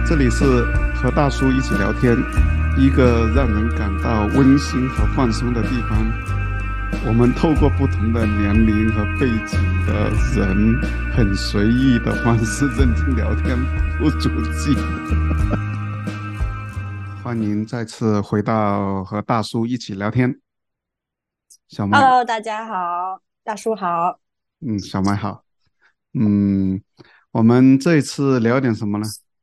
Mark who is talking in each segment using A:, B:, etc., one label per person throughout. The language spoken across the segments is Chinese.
A: 这里是和大叔一起聊天，一个让人感到温馨和放松的地方。我们透过不同的年龄和背景的人，很随意的方式认真聊天，不足记。欢迎再次回到和大叔一起聊天，小麦。
B: Hello，大家好，大叔好。
A: 小麦好。嗯，我们这一次聊点什么呢？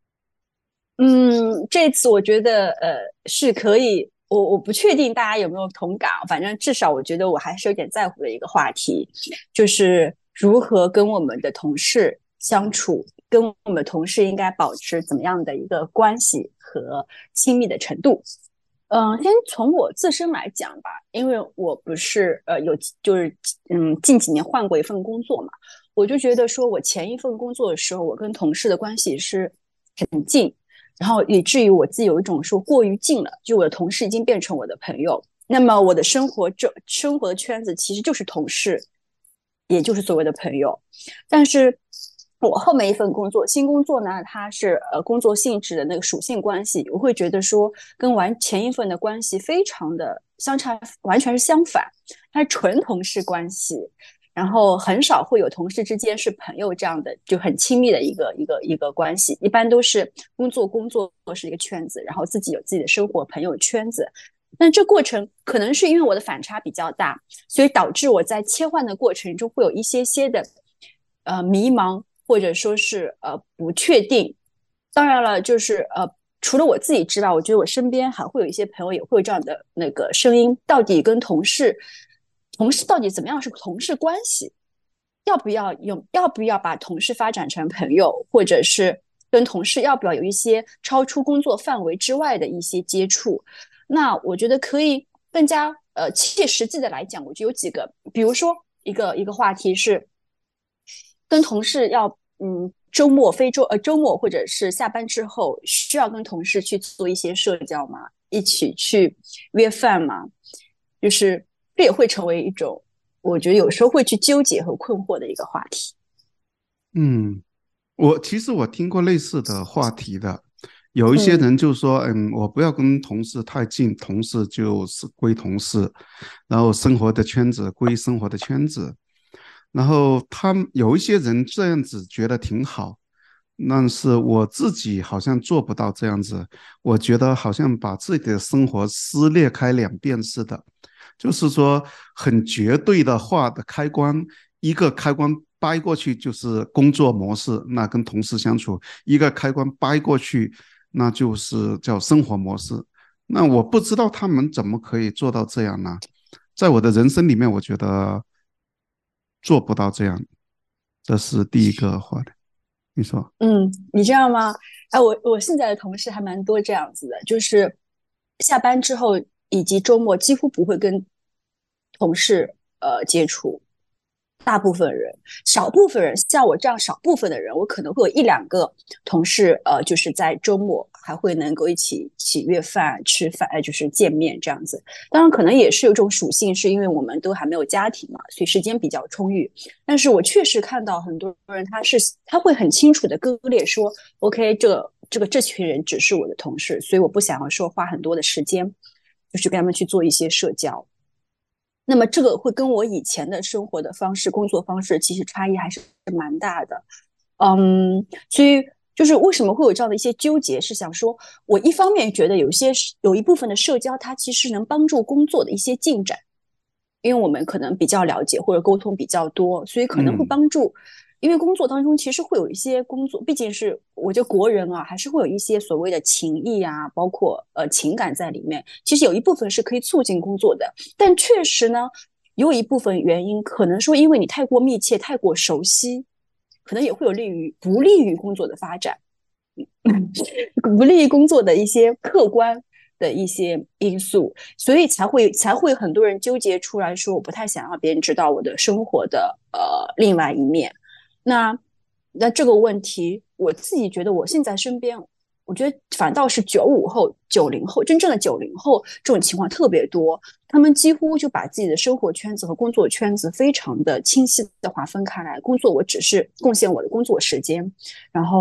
B: 这次我觉得是可以，我不确定大家有没有同感，反正至少我觉得我还是有点在乎的一个话题，就是如何跟我们的同事相处，跟我们同事应该保持怎么样的一个关系和亲密的程度。先从我自身来讲吧，因为我不是近几年换过一份工作嘛，我就觉得说我前一份工作的时候，我跟同事的关系是很近，然后以至于我自己有一种说过于近了，就我的同事已经变成我的朋友，那么我的生活的圈子其实就是同事，也就是所谓的朋友。但是我后面一份工作，新工作呢，它是工作性质的那个属性关系，我会觉得说跟前一份的关系非常的相差，完全是相反，它是纯同事关系。然后很少会有同事之间是朋友这样的就很亲密的一个关系，一般都是工作是一个圈子，然后自己有自己的生活朋友圈子。但这过程可能是因为我的反差比较大，所以导致我在切换的过程中会有一些些的迷茫，或者说是不确定。当然了，就是除了我自己之外，我觉得我身边还会有一些朋友也会有这样的那个声音，到底跟同事到底怎么样是同事关系？要不要把同事发展成朋友，或者是跟同事要不要有一些超出工作范围之外的一些接触？那我觉得可以更加切实际的来讲，我就有几个，比如说一个话题是跟同事要周末或者是下班之后，需要跟同事去做一些社交吗？一起去约饭吗？就是这也会成为一种，我觉得有时候会去纠结和困惑的一个话题。
A: 嗯，其实我听过类似的话题的，有一些
B: 嗯
A: 人就说，我不要跟同事太近，同事就是归同事，然后生活的圈子归生活的圈子，然后他们有一些人这样子觉得挺好，但是我自己好像做不到这样子，我觉得好像把自己的生活撕裂开两遍似的，就是说很绝对的化的开关，一个开关掰过去就是工作模式，那跟同事相处；一个开关掰过去，那就是叫生活模式。那我不知道他们怎么可以做到这样呢？在我的人生里面，我觉得做不到这样。这是第一个话的，你说。
B: 嗯，你知道吗？哎，我现在的同事还蛮多这样子的，就是下班之后以及周末几乎不会跟同事接触，大部分人，少部分人像我这样少部分的人，我可能会有一两个同事，就是在周末还会能够一起约饭、吃饭，就是见面这样子。当然，可能也是有一种属性，是因为我们都还没有家庭嘛，所以时间比较充裕。但是我确实看到很多人，他会很清楚的割裂说，OK，这群人只是我的同事，所以我不想要说花很多的时间，就是跟他们去做一些社交。那么这个会跟我以前的生活的方式、工作方式其实差异还是蛮大的。所以就是为什么会有这样的一些纠结，是想说，我一方面觉得有一部分的社交，它其实能帮助工作的一些进展，因为我们可能比较了解或者沟通比较多，所以可能会
A: 嗯
B: 帮助。因为工作当中其实会有一些工作，毕竟是我觉得国人啊，还是会有一些所谓的情谊啊，包括情感在里面。其实有一部分是可以促进工作的，但确实呢，有一部分原因可能说因为你太过密切、太过熟悉，可能也会有不利于工作的发展。不利于工作的一些客观的一些因素，所以才会很多人纠结出来说，我不太想让别人知道我的生活的另外一面。那那这个问题，我自己觉得我现在身边。我觉得反倒是95后、90后，真正的90后这种情况特别多，他们几乎就把自己的生活圈子和工作圈子非常的清晰的划分开来。工作我只是贡献我的工作时间，然后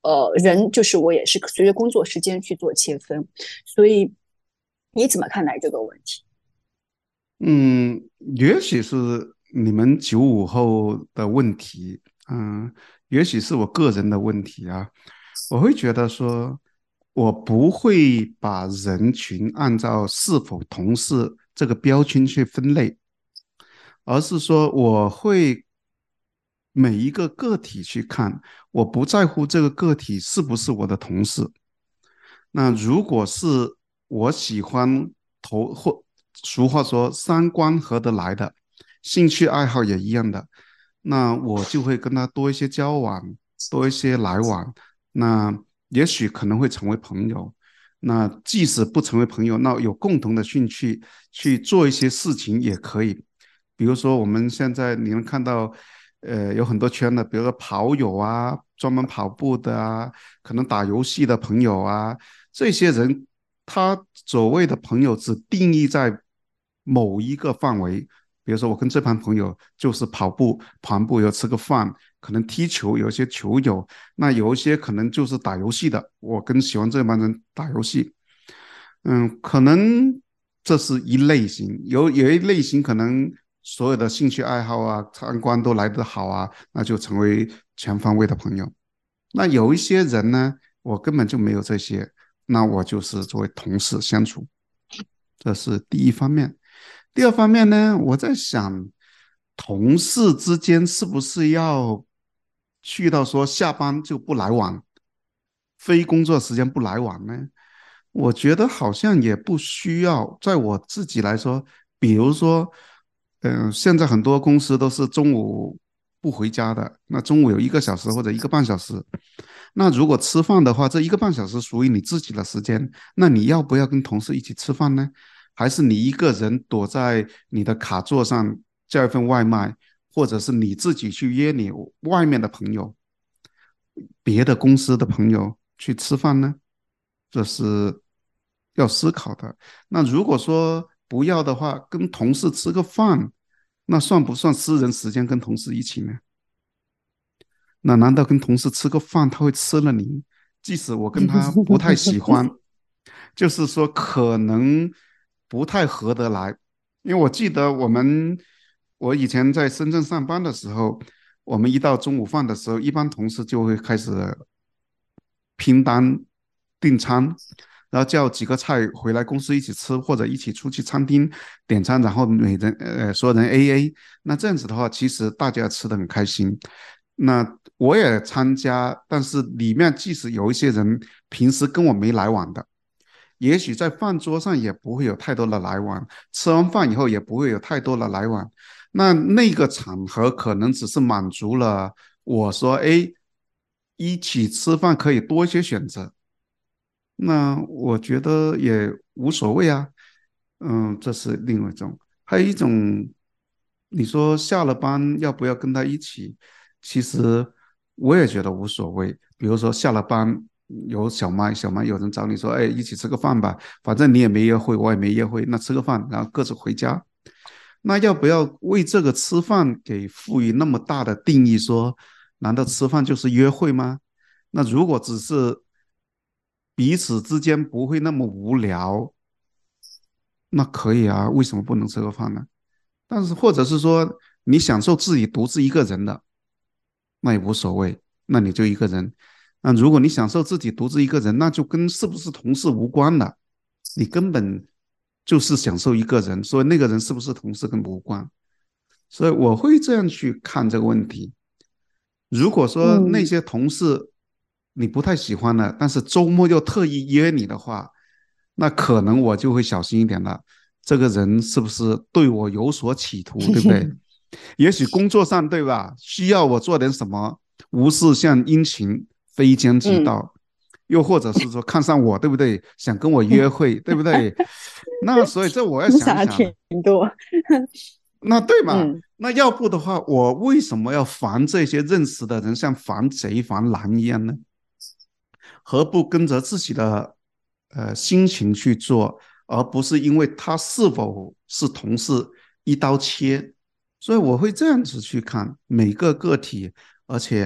B: 人就是我也是随着工作时间去做切分，所以你怎么看待这个问题？
A: 嗯，也许是你们95后的问题，也许是我个人的问题啊。我会觉得说，我不会把人群按照是否同事这个标签去分类，而是说我会每一个个体去看，我不在乎这个个体是不是我的同事。那如果是我喜欢或俗话说三观合得来的，兴趣爱好也一样的，那我就会跟他多一些交往，多一些来往，那也许可能会成为朋友。那即使不成为朋友，那有共同的兴趣去做一些事情也可以。比如说我们现在你能看到，有很多圈的，比如说跑友啊，专门跑步的啊，可能打游戏的朋友啊，这些人他所谓的朋友只定义在某一个范围，比如说我跟这帮朋友就是跑步、跑步有吃个饭，可能踢球，有一些球友，那有一些可能就是打游戏的，我跟喜欢这帮人打游戏，可能这是一类型，有一类型可能所有的兴趣爱好啊、三观都来得好啊，那就成为全方位的朋友。那有一些人呢，我根本就没有这些，那我就是作为同事相处，这是第一方面。第二方面呢，我在想，同事之间是不是要去到说下班就不来往，非工作时间不来往呢？我觉得好像也不需要。在我自己来说，比如说，现在很多公司都是中午不回家的，那中午有1个小时或者1个半小时。那如果吃饭的话，这1个半小时属于你自己的时间，那你要不要跟同事一起吃饭呢？还是你一个人躲在你的卡座上叫一份外卖，或者是你自己去约你外面的朋友、别的公司的朋友去吃饭呢？这是要思考的。那如果说不要的话，跟同事吃个饭，那算不算私人时间跟同事一起呢？那难道跟同事吃个饭他会吃了你？即使我跟他不太喜欢，就是说可能不太合得来。因为我记得我以前在深圳上班的时候，我们一到中午饭的时候，一般同事就会开始拼单订餐，然后叫几个菜回来公司一起吃，或者一起出去餐厅点餐，然后所有人 AA。那这样子的话，其实大家吃的很开心。那我也参加，但是里面即使有一些人平时跟我没来往的，也许在饭桌上也不会有太多的来往，吃完饭以后也不会有太多的来往。那个场合可能只是满足了我说，哎，一起吃饭可以多一些选择，那我觉得也无所谓啊。这是另外一种。还有一种，你说下了班要不要跟他一起？其实我也觉得无所谓。比如说下了班有小麦有人找你说，哎，一起吃个饭吧，反正你也没约会，我也没约会，那吃个饭，然后各自回家。那要不要为这个吃饭给赋予那么大的定义说，难道吃饭就是约会吗？那如果只是彼此之间不会那么无聊，那可以啊，为什么不能吃个饭呢？但是或者是说你享受自己独自一个人的，那也无所谓，那你就一个人。那如果你享受自己独自一个人，那就跟是不是同事无关了，你根本就是享受一个人，所以那个人是不是同事跟无关。所以我会这样去看这个问题。如果说那
B: 嗯
A: 些同事你不太喜欢了，但是周末又特意约你的话，那可能我就会小心一点了。这个人是不是对我有所企图，对不对？也许工作上，对吧，需要我做点什么，无事献殷勤，非奸即
B: 嗯，
A: 盗，又或者是说看上我，对不对？想跟我约会，对不对？那所以这我要想一想了。
B: 想挺多，
A: 那对嘛？
B: 嗯
A: 那要不的话，我为什么要防这些认识的人像防贼防狼一样呢？何不跟着自己的心情去做，而不是因为他是否是同事一刀切？所以我会这样子去看每个个体，而且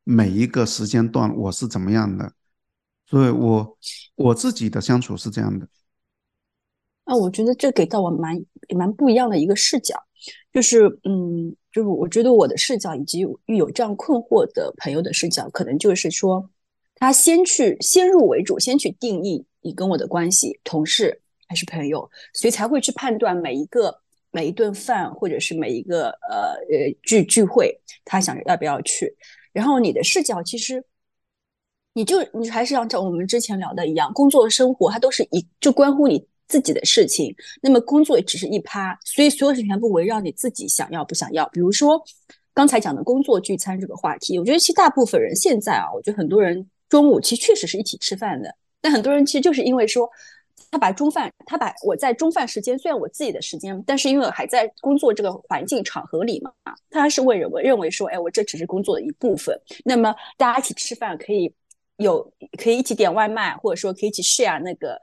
A: 每一个时间段我是怎么样的，所以我自己的相处是这样的。
B: 我觉得这给到我蛮不一样的一个视角，就是我觉得我的视角以及有这样困惑的朋友的视角，可能就是说，他先入为主，先去定义你跟我的关系，同事还是朋友，所以才会去判断每一顿饭或者是每一个聚会，他想要不要去。然后你的视角其实你还是像我们之前聊的一样，工作生活它都是就关乎你自己的事情，那么工作也只是一趴，所以所有事情全部围绕你自己想要不想要。比如说刚才讲的工作聚餐这个话题，我觉得其实大部分人现在我觉得很多人中午其实确实是一起吃饭的，但很多人其实就是因为说。他把我在中饭时间，虽然我自己的时间，但是因为我还在工作这个环境场合里嘛，他还是我认为说，哎，我这只是工作的一部分。那么大家一起吃饭可以一起点外卖，或者说可以一起 share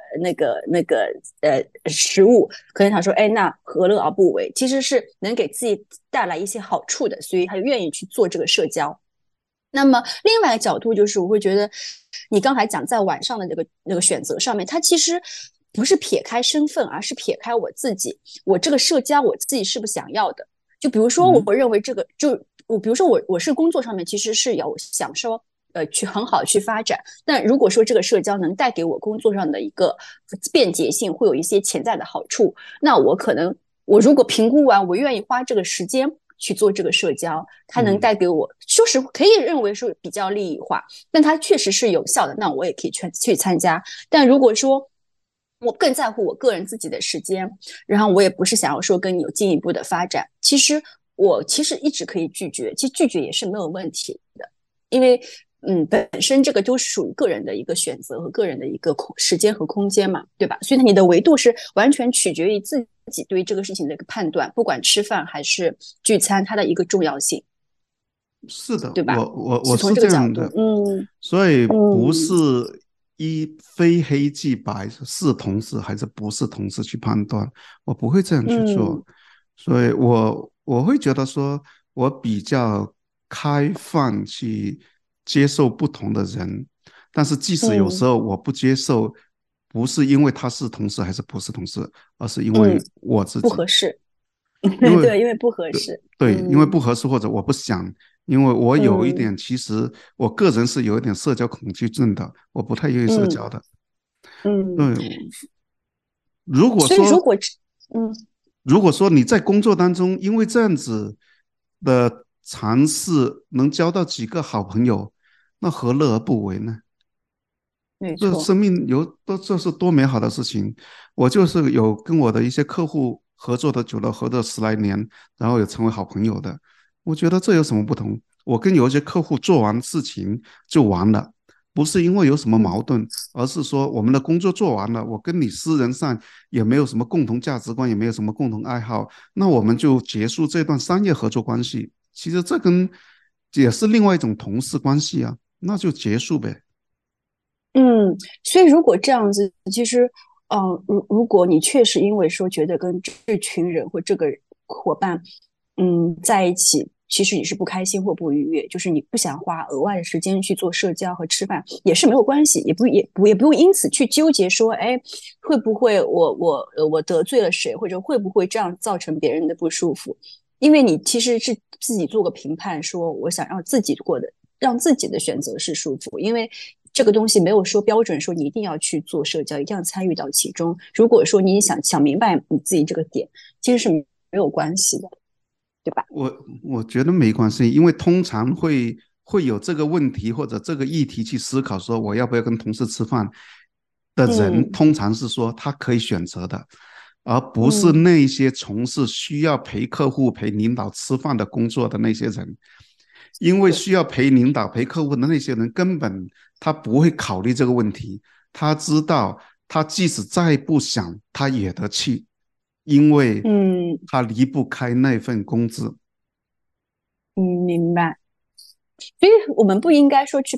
B: 食物，可能想说，哎，那何乐而不为？其实是能给自己带来一些好处的，所以他就愿意去做这个社交。那么另外一个角度就是，我会觉得你刚才讲在晚上的那个选择上面，它其实不是撇开身份，而是撇开我自己，我这个社交我自己是不是想要的？就比如说，我认为这个比如说我是工作上面其实是有想说。去很好去发展，但如果说这个社交能带给我工作上的一个便捷性，会有一些潜在的好处，那我如果评估完，我愿意花这个时间去做这个社交，它能带给我，就是可以认为说比较利益化，但它确实是有效的，那我也可以去参加。但如果说我更在乎我个人自己的时间，然后我也不是想要说跟你有进一步的发展，其实一直可以拒绝，其实拒绝也是没有问题的，因为本身这个就属于个人的一个选择和个人的一个时间和空间嘛，对吧？所以你的维度是完全取决于自己对于这个事情的一个判断，不管吃饭还是聚餐，它的一个重要性，
A: 是的，
B: 对吧？
A: 我是
B: 是从这个角度，
A: 这样的，所以不是
B: 嗯
A: 非黑即白，是同事还是不是同事去判断，我不会这样去做，
B: 嗯
A: 所以我会觉得说，我比较开放去接受不同的人，但是即使有时
B: 嗯
A: 候我不接受，不是因为他是同事还是不是同事，而是因
B: 嗯，
A: 为我自
B: 不
A: 己。
B: 合适，
A: 因为
B: 对，因为不合
A: 对
B: 适，
A: 对，因为不合适或者我不想，因为我有一
B: 嗯
A: 点，其实我个人是有一点社交恐惧症的，我不太愿意社
B: 嗯
A: 交的。
B: 嗯，
A: 对，如果
B: 所以
A: 说
B: 嗯
A: 如果说你在工作当中因为这样子的尝试能交到几个好朋友，那何乐而不为呢？这
B: 没错，
A: 生命这是多美好的事情。我就是有跟我的一些客户合作的久了，合作10来年，然后也成为好朋友的。我觉得这有什么不同？我跟有一些客户做完事情就完了，不是因为有什么
B: 嗯。
A: 矛盾，而是说我们的工作做完了，我跟你私人上也没有什么共同价值观，也没有什么共同爱好，那我们就结束这段商业合作关系。其实也是另外一种同事关系啊，那就结束呗。
B: 所以如果这样子，其实，如果你确实因为说觉得跟这群人或这个伙伴，在一起，其实你是不开心或不愉悦，就是你不想花额外的时间去做社交和吃饭，也是没有关系，也不用因此去纠结说，哎，会不会我得罪了谁，或者会不会这样造成别人的不舒服？因为你其实是自己做个评判，说我想让自己过的，让自己的选择是舒服，因为这个东西没有说标准，说你一定要去做社交，一定要参与到其中。如果说你想明白你自己这个点，其实是没有关系的，对吧？
A: 我觉得没关系，因为通常会有这个问题或者这个议题去思考，说我要不要跟同事吃饭的人，
B: 嗯
A: 通常是说他可以选择的，而不是
B: 嗯，
A: 那些从事需要陪客户、陪领导吃饭的工作的那些人。因为
B: 对，
A: 需要陪领导、陪客户的那些人，根本他不会考虑这个问题。他知道，他即使再不想，他也得去，因为
B: 嗯
A: 他离不开那份工资。
B: 明白。所以我们不应该说去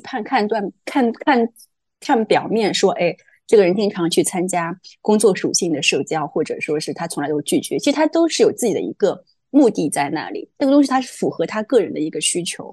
B: 看表面说，哎，这个人经常去参加工作属性的社交，或者说是他从来都拒绝，其实他都是有自己的一个目的在那里，那个东西他是符合他个人的一个需求。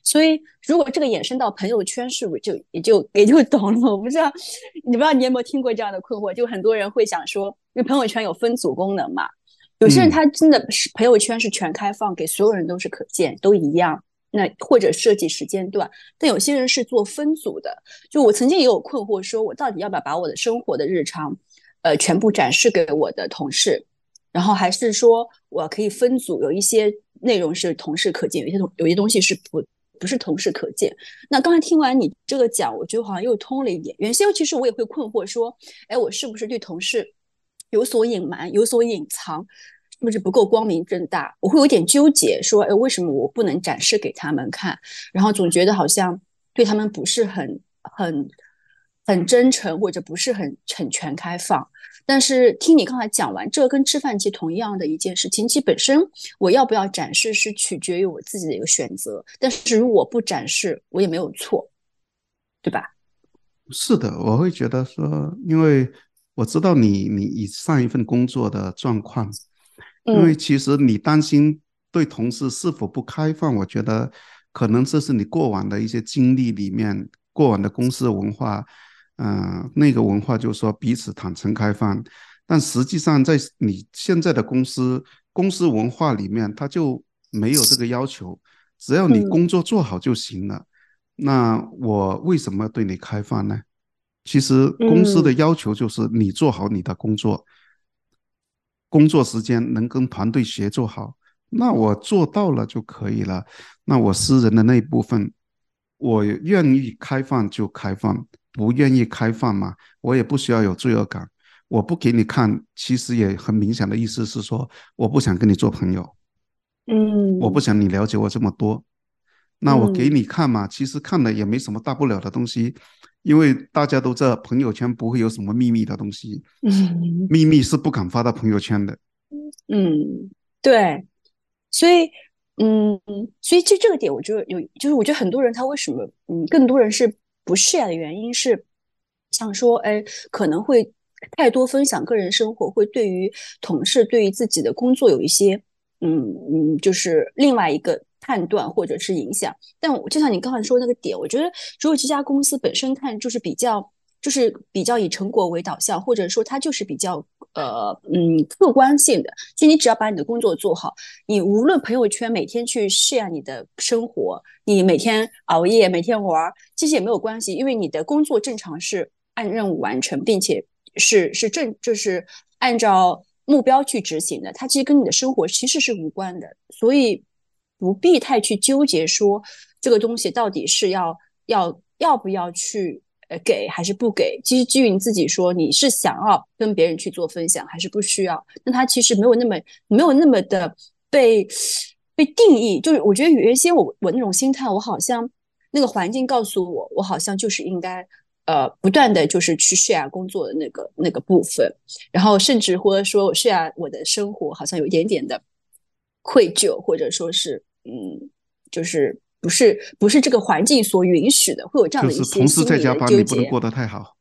B: 所以如果这个延伸到朋友圈，是不是也就懂了？我不知道，你不知道你有没有听过这样的困惑？就很多人会想说，因为朋友圈有分组功能嘛，有些人
A: 嗯。
B: 他真的是朋友圈是全开放，给所有人都是可见，都一样。那或者设计时间段，但有些人是做分组的。就我曾经也有困惑，说我到底要不要把我的生活的日常，全部展示给我的同事，然后还是说我可以分组，有一些内容是同事可见，有些东西是不是同事可见。那刚才听完你这个讲，我觉得好像又通了一点。原先其实我也会困惑说，哎，我是不是对同事有所隐瞒、有所隐藏？是不是不够光明正大？我会有点纠结，说，哎，为什么我不能展示给他们看？然后总觉得好像对他们不是很真诚，或者不是很全开放。但是听你刚才讲完，这跟吃饭其实同样的一件事情，其实本身我要不要展示是取决于我自己的一个选择，但是如果不展示，我也没有错，对吧？
A: 是的，我会觉得说，因为我知道你上一份工作的状况，因为
B: 嗯
A: 其实你担心对同事是否不开放，我觉得可能这是你过往的一些经历里面，过往的公司文化，那个文化就是说彼此坦诚开放，但实际上在你现在的公司文化里面，它就没有这个要求，只要你
B: 嗯
A: 工作做好就行了。那我为什么要对你开放呢？其实公司的
B: 嗯
A: 要求就是你做好你的工作，工作时间能跟团队协作好，那我做到了就可以了。那我私人的那一部分，我愿意开放就开放，不愿意开放嘛，我也不需要有罪恶感。我不给你看，其实也很明显的意思是说，我不想跟你做朋友，我不
B: 嗯
A: 想你了解我这么多。那我给
B: 嗯
A: 你看嘛，其实看了也没什么大不了的东西，因为大家都知道朋友圈不会有什么秘密的东西，
B: 嗯
A: 秘密是不敢发到朋友圈的。
B: 嗯，对，所以，所以这个点，我觉得就是我觉得很多人他为什么，更多人是不 share 的原因是，想说，哎，可能会太多分享个人生活，会对于同事、对于自己的工作有一些，就是另外一个判断或者是影响。但我就像你刚才说那个点，我觉得如果这家公司本身看就是比较以成果为导向，或者说它就是比较客观性的。其实你只要把你的工作做好，你无论朋友圈每天去 share 你的生活，你每天熬夜，每天玩，其实也没有关系，因为你的工作正常是按任务完成，并且就是按照目标去执行的，它其实跟你的生活其实是无关的，所以不必太去纠结说这个东西到底是要不要去给还是不给。其实基于你自己说你是想要跟别人去做分享还是不需要，那它其实没有那么的被被定义。就是我觉得原先我那种心态，我好像那个环境告诉我，我好像就是应该不断的就是去 share 工作的那个部分，然后甚至或者说我 share 我的生活，好像有一点点的愧疚，或者说是就是不是这个环境所允许的，会有这样的一
A: 就是同事
B: 些心理的
A: 在加班，你不能
B: 纠结。
A: 过得太好，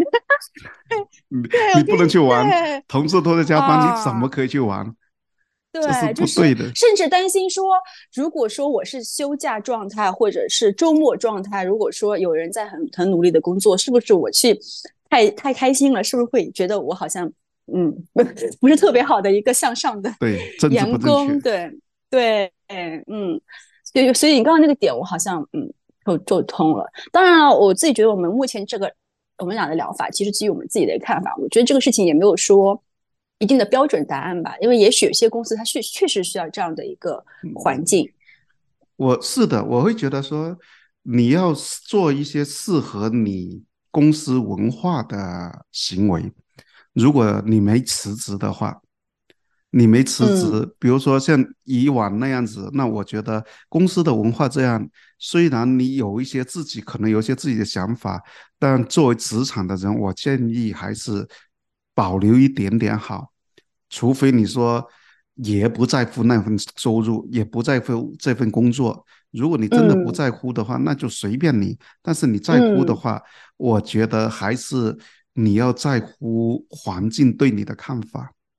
A: 你不能去玩，
B: 对
A: 同事都在加班，你怎么
B: 啊，
A: 可以去玩？这是
B: 对，就是
A: 不对的。
B: 甚至担心说，如果说我是休假状态，或者是周末状态，如果说有人在很努力的工作，是不是我去太开心了？是不是会觉得我好像不是特别好的一个向上的
A: 对，政治不正确。
B: 员工？对对，所以你刚刚那个点，我好像就通了。当然了，我自己觉得我们目前这个我们俩的疗法，其实基于我们自己的看法，我觉得这个事情也没有说一定的标准答案吧，因为也许有些公司它确实需要这样的一个环境。
A: 我是的，我会觉得说，你要做一些适合你公司文化的行为。如果你没辞职的话，你没辞职，
B: 嗯
A: 比如说像以往那样子，那我觉得公司的文化这样，虽然你有一些自己可能有一些自己的想法，但作为职场的人，我建议还是保留一点点好，除非你说也不在乎那份收入，也不在乎这份工作。如果你真的不
B: 嗯
A: 在乎的话，那就随便你。但是你在乎的
B: 嗯
A: 话，我觉得还是你要在乎环境对你的看法。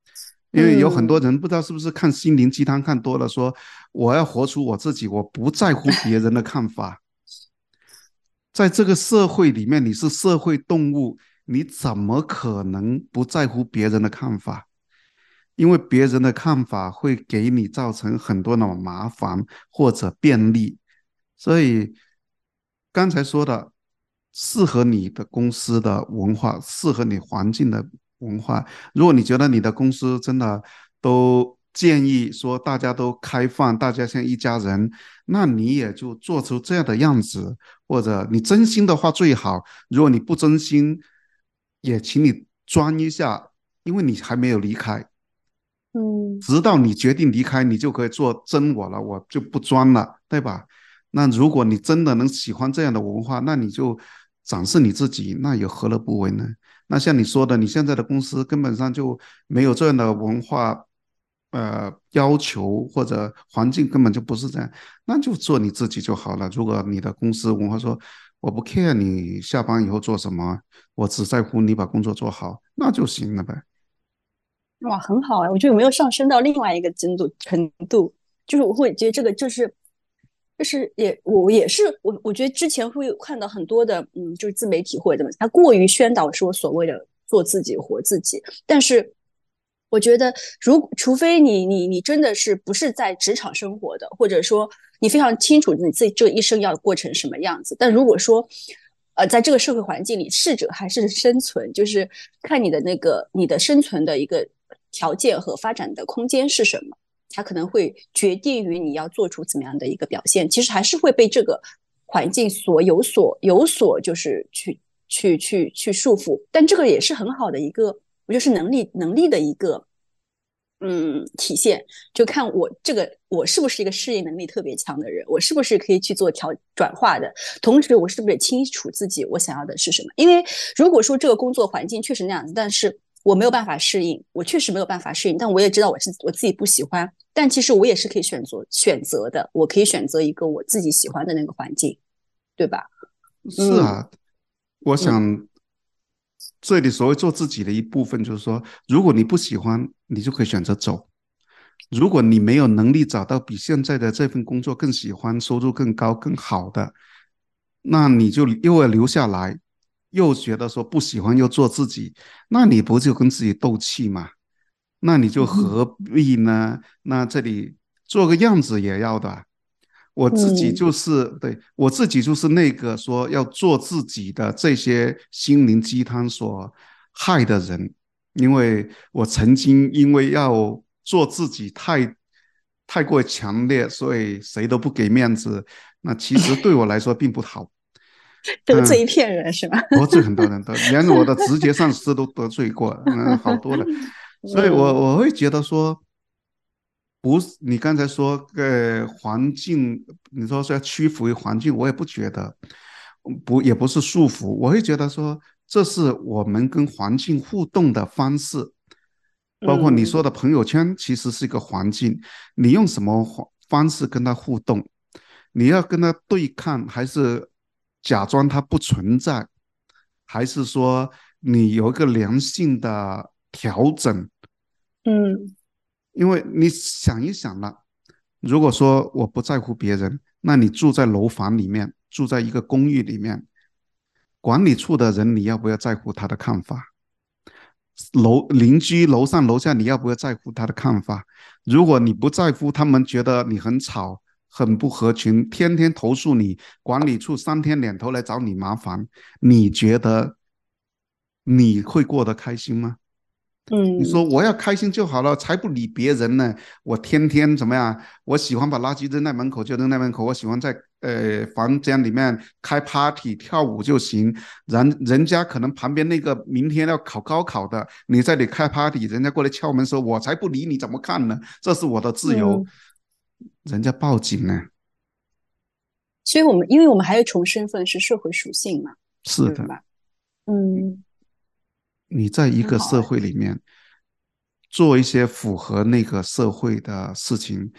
A: 因为有很多
B: 嗯
A: 人不知道是不是看心灵鸡汤看多了，说我要活出我自己，我不在乎别人的看法。在这个社会里面，你是社会动物，你怎么可能不在乎别人的看法？因为别人的看法会给你造成很多的麻烦或者便利，所以刚才说的，适合你的公司的文化，适合你环境的文化。如果你觉得你的公司真的都建议说大家都开放，大家像一家人，那你也就做出这样的样子，或者你真心的话最好。如果你不真心，也请你装一下，因为你还没有离开。
B: 嗯。
A: 直到你决定离开，你就可以做真我了，我就不装了，对吧？那如果你真的能喜欢这样的文化，那你就展示你自己，那又何乐不为呢？那像你说的，你现在的公司根本上就没有这样的文化，要求或者环境根本就不是这样，那就做你自己就好了。如果你的公司文化说我不 care 你下班以后做什么，我只在乎你把工作做好，那就行了呗。
B: 哇，很好哎，我觉得有没有上升到另外一个程度，就是我会觉得这个就是我也是我觉得之前会有看到很多的就是自媒体或者怎么，他过于宣导说所谓的做自己活自己，但是我觉得除非你真的是不是在职场生活的，或者说你非常清楚你自己这一生要过成什么样子，但如果说在这个社会环境里，适者还是生存，就是看你的生存的一个条件和发展的空间是什么，它可能会决定于你要做出怎么样的一个表现。其实还是会被这个环境有所就是去束缚，但这个也是很好的一个，我觉得是能力的一个体现，就看我是不是一个适应能力特别强的人，我是不是可以去做转化的，同时我是不是也清楚自己我想要的是什么？因为如果说这个工作环境确实那样子，但是我没有办法适应，我确实没有办法适应，但我也知道我自己不喜欢，但其实我也是可以选择的，我可以选择一个我自己喜欢的那个环境，对吧？嗯
A: 是啊，我
B: 嗯
A: 想这里所谓做自己的一部分，就是说，如果你不喜欢，你就可以选择走。如果你没有能力找到比现在的这份工作更喜欢、收入更高、更好的，那你就又要留下来，又觉得说不喜欢又做自己，那你不就跟自己斗气吗？那你就何必呢？那这里做个样子也要的。
B: 嗯
A: 我自己就是那个说要做自己的这些心灵鸡汤所害的人，因为我曾经因为要做自己太过强烈，所以谁都不给面子，那其实对我来说并不好。嗯，
B: 得罪一片人是吧？
A: 得罪很多人的，连我的直接上司都得罪过，好多的，所以
B: 嗯
A: 我会觉得说。不是你刚才说，环境，你说是要屈服于环境，我也不觉得，不，也不是束缚，我会觉得说，这是我们跟环境互动的方式，包括你说
B: 嗯
A: 的朋友圈，其实是一个环境，你用什么方式跟他互动，你要跟他对抗，还是假装他不存在，还是说你有一个良性的调整？
B: 嗯
A: 因为你想一想了，如果说我不在乎别人，那你住在楼房里面，住在一个公寓里面，管理处的人你要不要在乎他的看法？邻居楼上楼下你要不要在乎他的看法？如果你不在乎，他们觉得你很吵、很不合群，天天投诉你，管理处三天两头来找你麻烦，你觉得你会过得开心吗？你说
B: 嗯。
A: 我要开心就好了，才不理别人呢。我天天怎么样？我喜欢把垃圾扔在门口就扔在门口，我喜欢在房间里面开 party 跳舞就行。人家可能旁边那个明天要考高考的，你在这里开 party，人家过来敲门说，我才不理你，怎么看呢？这是我的自由，
B: 嗯，
A: 人家报警呢。
B: 所以因为我们还有一重身份是社会属性嘛，
A: 是的，
B: 对吧？嗯，
A: 你在一个社
B: 很好哎。
A: 会里面做一些符合那个社会的事情，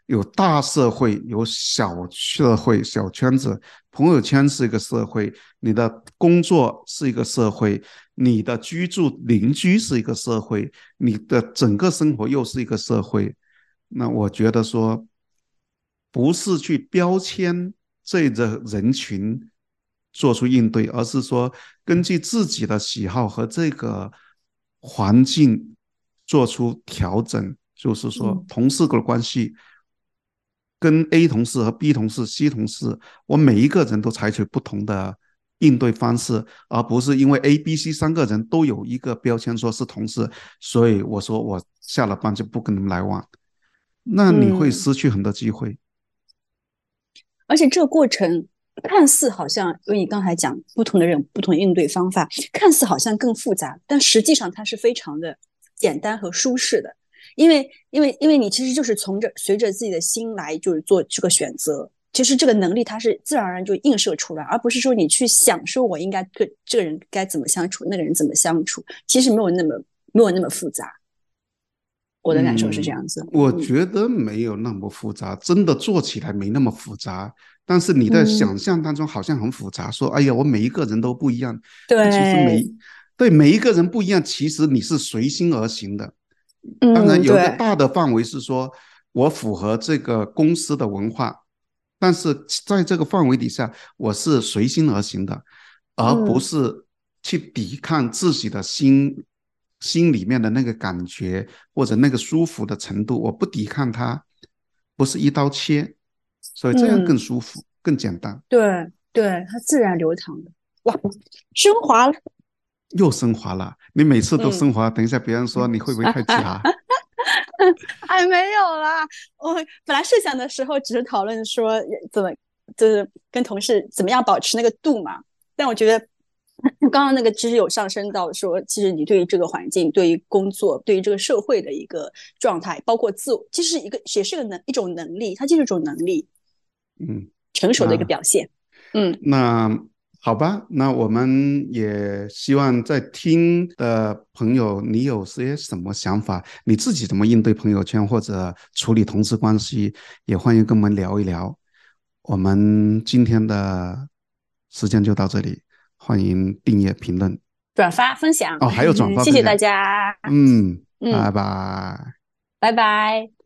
A: 有大社会，有小社会、小圈子，朋友圈是一个社会，你的工作是一个社会，你的居住邻居是一个社会，你的整个生活又是一个社会。那我觉得说，不是去标签这个人群做出应对，而是说根据自己的喜好和这个环境做出调整。就是说，同事的关系跟 A 同事和 B 同事、C 同事，我每一个人都采取不同的应对方式，而不是因为 A、B、C 三个人都有一个标签说是同事，所以我说我下了班就不跟他们来往，那你会
B: 嗯，
A: 失去很多机会。
B: 而且这个过程看似好像，因为你刚才讲不同的人不同的应对方法，看似好像更复杂，但实际上它是非常的简单和舒适的。因为你其实就是随着自己的心来，就是做这个选择。其实这个能力它是自然而然就映射出来，而不是说你去想说我应该跟这个人该怎么相处，那个人怎么相处，其实没有那么复杂。我的感受是这
A: 嗯，
B: 样子。
A: 我觉得没有那么复杂，真的做起来没那么复杂。但是你在
B: 嗯，
A: 想象当中好像很复杂，说哎呀，我每一个人都不一样。那其实
B: 对，
A: 对每一个人不一样，其实你是随心而行的。当然
B: 嗯，
A: 有一个
B: 对，
A: 大的范围是说我符合这个公司的文化，但是在这个范围底下，我是随心而行的，而不
B: 嗯。
A: 是去抵抗自己的心里面的那个感觉或者那个舒服的程度，我不抵抗它，不是一刀切，所以这样更
B: 嗯，
A: 舒服、更简单。
B: 对对，它自然流淌的，哇，升华了。
A: 又升华了，你每次都
B: 嗯，
A: 升华，等一下别人说你会不会太假？
B: 哎，没有啦，我本来设想的时候只是讨论说怎么，就是跟同事怎么样保持那个度嘛。但我觉得刚刚那个其实有上升到说，其实你对于这个环境、对于工作、对于这个社会的一个状态，包括自我，其实也是一种能力，它就是一种能力，
A: 嗯，
B: 成熟的一个
A: 那
B: 表现。嗯
A: 那好吧，那我们也希望在听的朋友，你有些什么想法？你自己怎么应对朋友圈或者处理同事关系，也欢迎跟我们聊一聊。我们今天的时间就到这里，欢迎订阅、评论
B: 转发分享，
A: 哦，还有转发
B: 谢谢大
A: 分享。
B: 家。
A: 嗯，拜
B: 嗯，
A: 拜。
B: 拜拜。